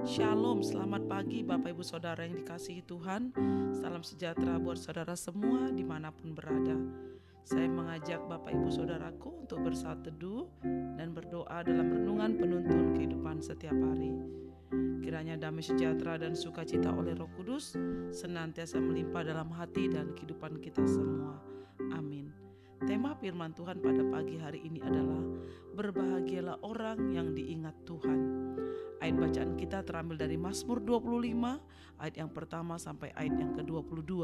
Shalom, selamat pagi Bapak Ibu Saudara yang dikasihi Tuhan. Salam sejahtera buat saudara semua dimanapun berada. Saya mengajak Bapak Ibu Saudaraku untuk bersatu teduh dan berdoa dalam renungan penuntun kehidupan setiap hari. Kiranya damai sejahtera dan sukacita oleh Roh Kudus senantiasa melimpah dalam hati dan kehidupan kita semua. Amin. Tema firman Tuhan pada pagi hari ini adalah berbahagialah orang yang diingat Tuhan. Ayat bacaan kita terambil dari Mazmur 25 ayat yang pertama sampai ayat yang ke-22.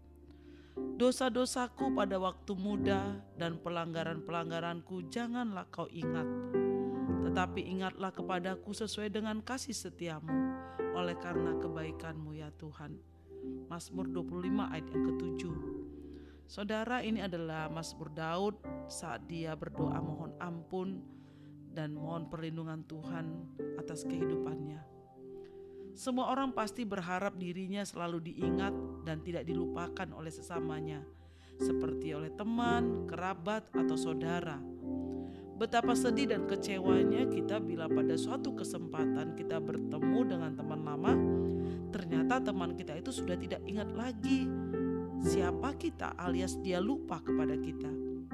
Dosa-dosaku pada waktu muda dan pelanggaran-pelanggaranku janganlah kau ingat. Tetapi ingatlah kepadaku sesuai dengan kasih setiamu oleh karena kebaikanmu ya Tuhan. Mazmur 25 ayat yang ke-7. Saudara, ini adalah Mazmur Daud saat dia berdoa mohon ampun dan mohon perlindungan Tuhan atas kehidupannya. Semua orang pasti berharap dirinya selalu diingat dan tidak dilupakan oleh sesamanya, seperti oleh teman, kerabat, atau saudara. Betapa sedih dan kecewanya kita bila pada suatu kesempatan kita bertemu dengan teman lama, ternyata teman kita itu sudah tidak ingat lagi siapa kita, alias dia lupa kepada kita.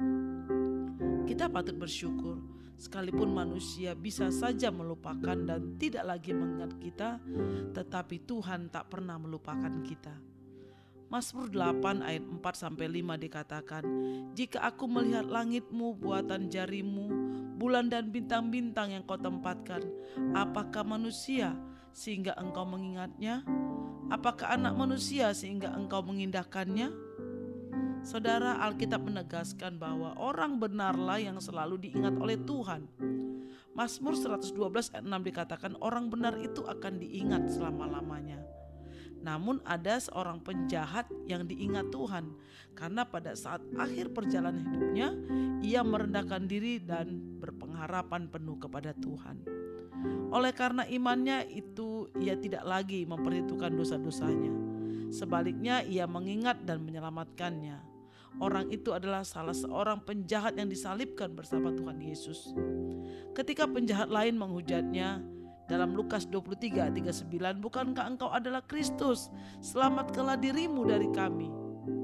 Kita patut bersyukur, sekalipun manusia bisa saja melupakan dan tidak lagi mengingat kita, tetapi Tuhan tak pernah melupakan kita. Mazmur 8 ayat 4-5 dikatakan, jika aku melihat langitmu, buatan jarimu, bulan dan bintang-bintang yang kau tempatkan, apakah manusia sehingga engkau mengingatnya? Apakah anak manusia sehingga engkau mengindahkannya? Saudara, Alkitab menegaskan bahwa orang benarlah yang selalu diingat oleh Tuhan. Mazmur 112 ayat 6 dikatakan orang benar itu akan diingat selama-lamanya. Namun ada seorang penjahat yang diingat Tuhan, karena pada saat akhir perjalanan hidupnya ia merendahkan diri dan berpengharapan penuh kepada Tuhan. Oleh karena imannya itu ia tidak lagi memperhitungkan dosa-dosanya. Sebaliknya ia mengingat dan menyelamatkannya. Orang itu adalah salah seorang penjahat yang disalibkan bersama Tuhan Yesus. Ketika penjahat lain menghujatnya dalam Lukas 23:39, bukankah engkau adalah Kristus? Selamatkanlah dirimu dari kami.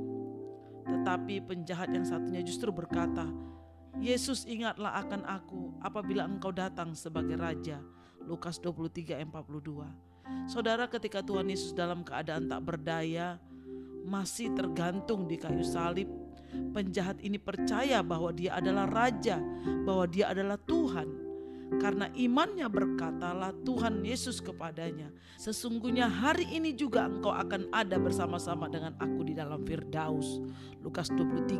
Tetapi penjahat yang satunya justru berkata, Yesus, ingatlah akan aku apabila engkau datang sebagai Raja. Lukas 23:42. Saudara, ketika Tuhan Yesus dalam keadaan tak berdaya, masih tergantung di kayu salib, penjahat ini percaya bahwa dia adalah Raja, bahwa dia adalah Tuhan. Karena imannya berkatalah Tuhan Yesus kepadanya, sesungguhnya hari ini juga engkau akan ada bersama-sama dengan aku di dalam Firdaus. Lukas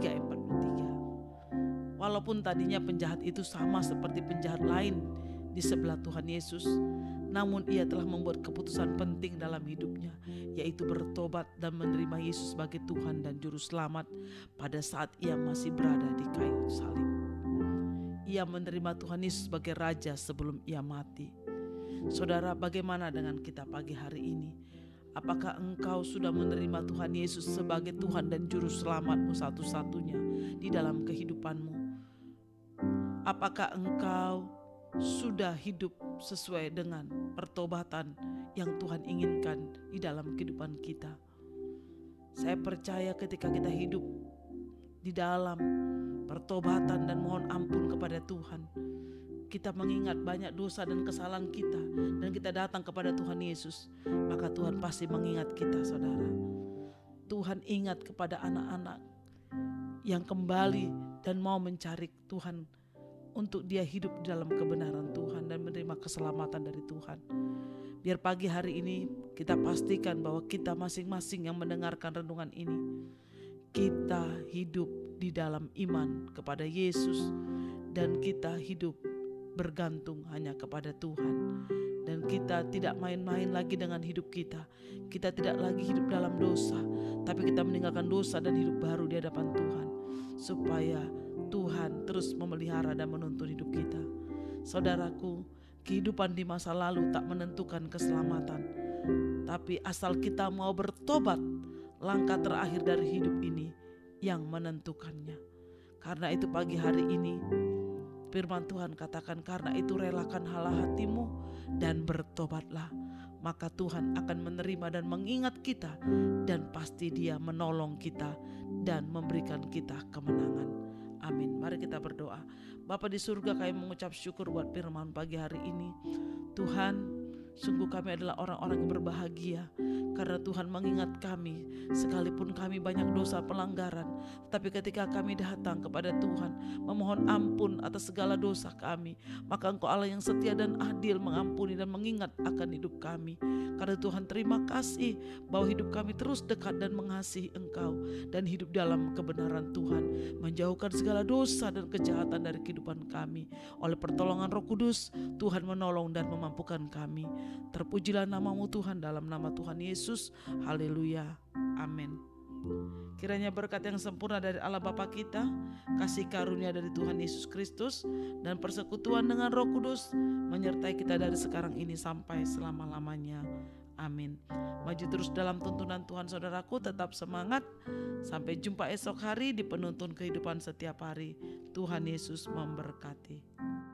23:43. Walaupun tadinya penjahat itu sama seperti penjahat lain di sebelah Tuhan Yesus, namun ia telah membuat keputusan penting dalam hidupnya, yaitu bertobat dan menerima Yesus sebagai Tuhan dan Juru Selamat pada saat ia masih berada di kayu salib. Ia menerima Tuhan Yesus sebagai Raja sebelum ia mati. Saudara, bagaimana dengan kita pagi hari ini? Apakah engkau sudah menerima Tuhan Yesus sebagai Tuhan dan Juru Selamatmu satu-satunya di dalam kehidupanmu? Apakah engkau sudah hidup sesuai dengan pertobatan yang Tuhan inginkan di dalam kehidupan kita? Saya percaya ketika kita hidup di dalam pertobatan dan mohon ampun kepada Tuhan, kita mengingat banyak dosa dan kesalahan kita, dan kita datang kepada Tuhan Yesus, maka Tuhan pasti mengingat kita, saudara. Tuhan ingat kepada anak-anak yang kembali dan mau mencari Tuhan untuk dia hidup di dalam kebenaran Tuhan dan menerima keselamatan dari Tuhan. Biar pagi hari ini kita pastikan bahwa kita masing-masing yang mendengarkan renungan ini, kita hidup di dalam iman kepada Yesus, dan kita hidup bergantung hanya kepada Tuhan. Dan kita tidak main-main lagi dengan hidup kita. Kita tidak lagi hidup dalam dosa, tapi kita meninggalkan dosa dan hidup baru di hadapan Tuhan, supaya Tuhan terus memelihara dan menuntun hidup kita. Saudaraku, kehidupan di masa lalu tak menentukan keselamatan, tapi asal kita mau bertobat, langkah terakhir dari hidup ini yang menentukannya. Karena itu pagi hari ini firman Tuhan katakan, karena itu relakan halah hatimu dan bertobatlah. maka Tuhan akan menerima dan mengingat kita, dan pasti Dia menolong kita dan memberikan kita kemenangan. Amin. Mari kita berdoa. Bapa di surga, kami mengucap syukur buat firman pagi hari ini. Tuhan, sungguh kami adalah orang-orang yang berbahagia karena Tuhan mengingat kami sekalipun kami banyak dosa pelanggaran. Tapi ketika kami datang kepada Tuhan memohon ampun atas segala dosa kami, maka Engkau Allah yang setia dan adil mengampuni dan mengingat akan hidup kami. Karena Tuhan, terima kasih bahwa hidup kami terus dekat dan mengasihi Engkau dan hidup dalam kebenaran Tuhan, menjauhkan segala dosa dan kejahatan dari kehidupan kami. Oleh pertolongan Roh Kudus, Tuhan menolong dan memampukan kami. Terpujilah nama-Mu Tuhan, dalam nama Tuhan Yesus. Haleluya. Amin. Kiranya berkat yang sempurna dari Allah Bapa kita, kasih karunia dari Tuhan Yesus Kristus, dan persekutuan dengan Roh Kudus menyertai kita dari sekarang ini sampai selama-lamanya. Amin. Maju terus dalam tuntunan Tuhan saudaraku, tetap semangat. Sampai jumpa esok hari di penuntun kehidupan setiap hari. Tuhan Yesus memberkati.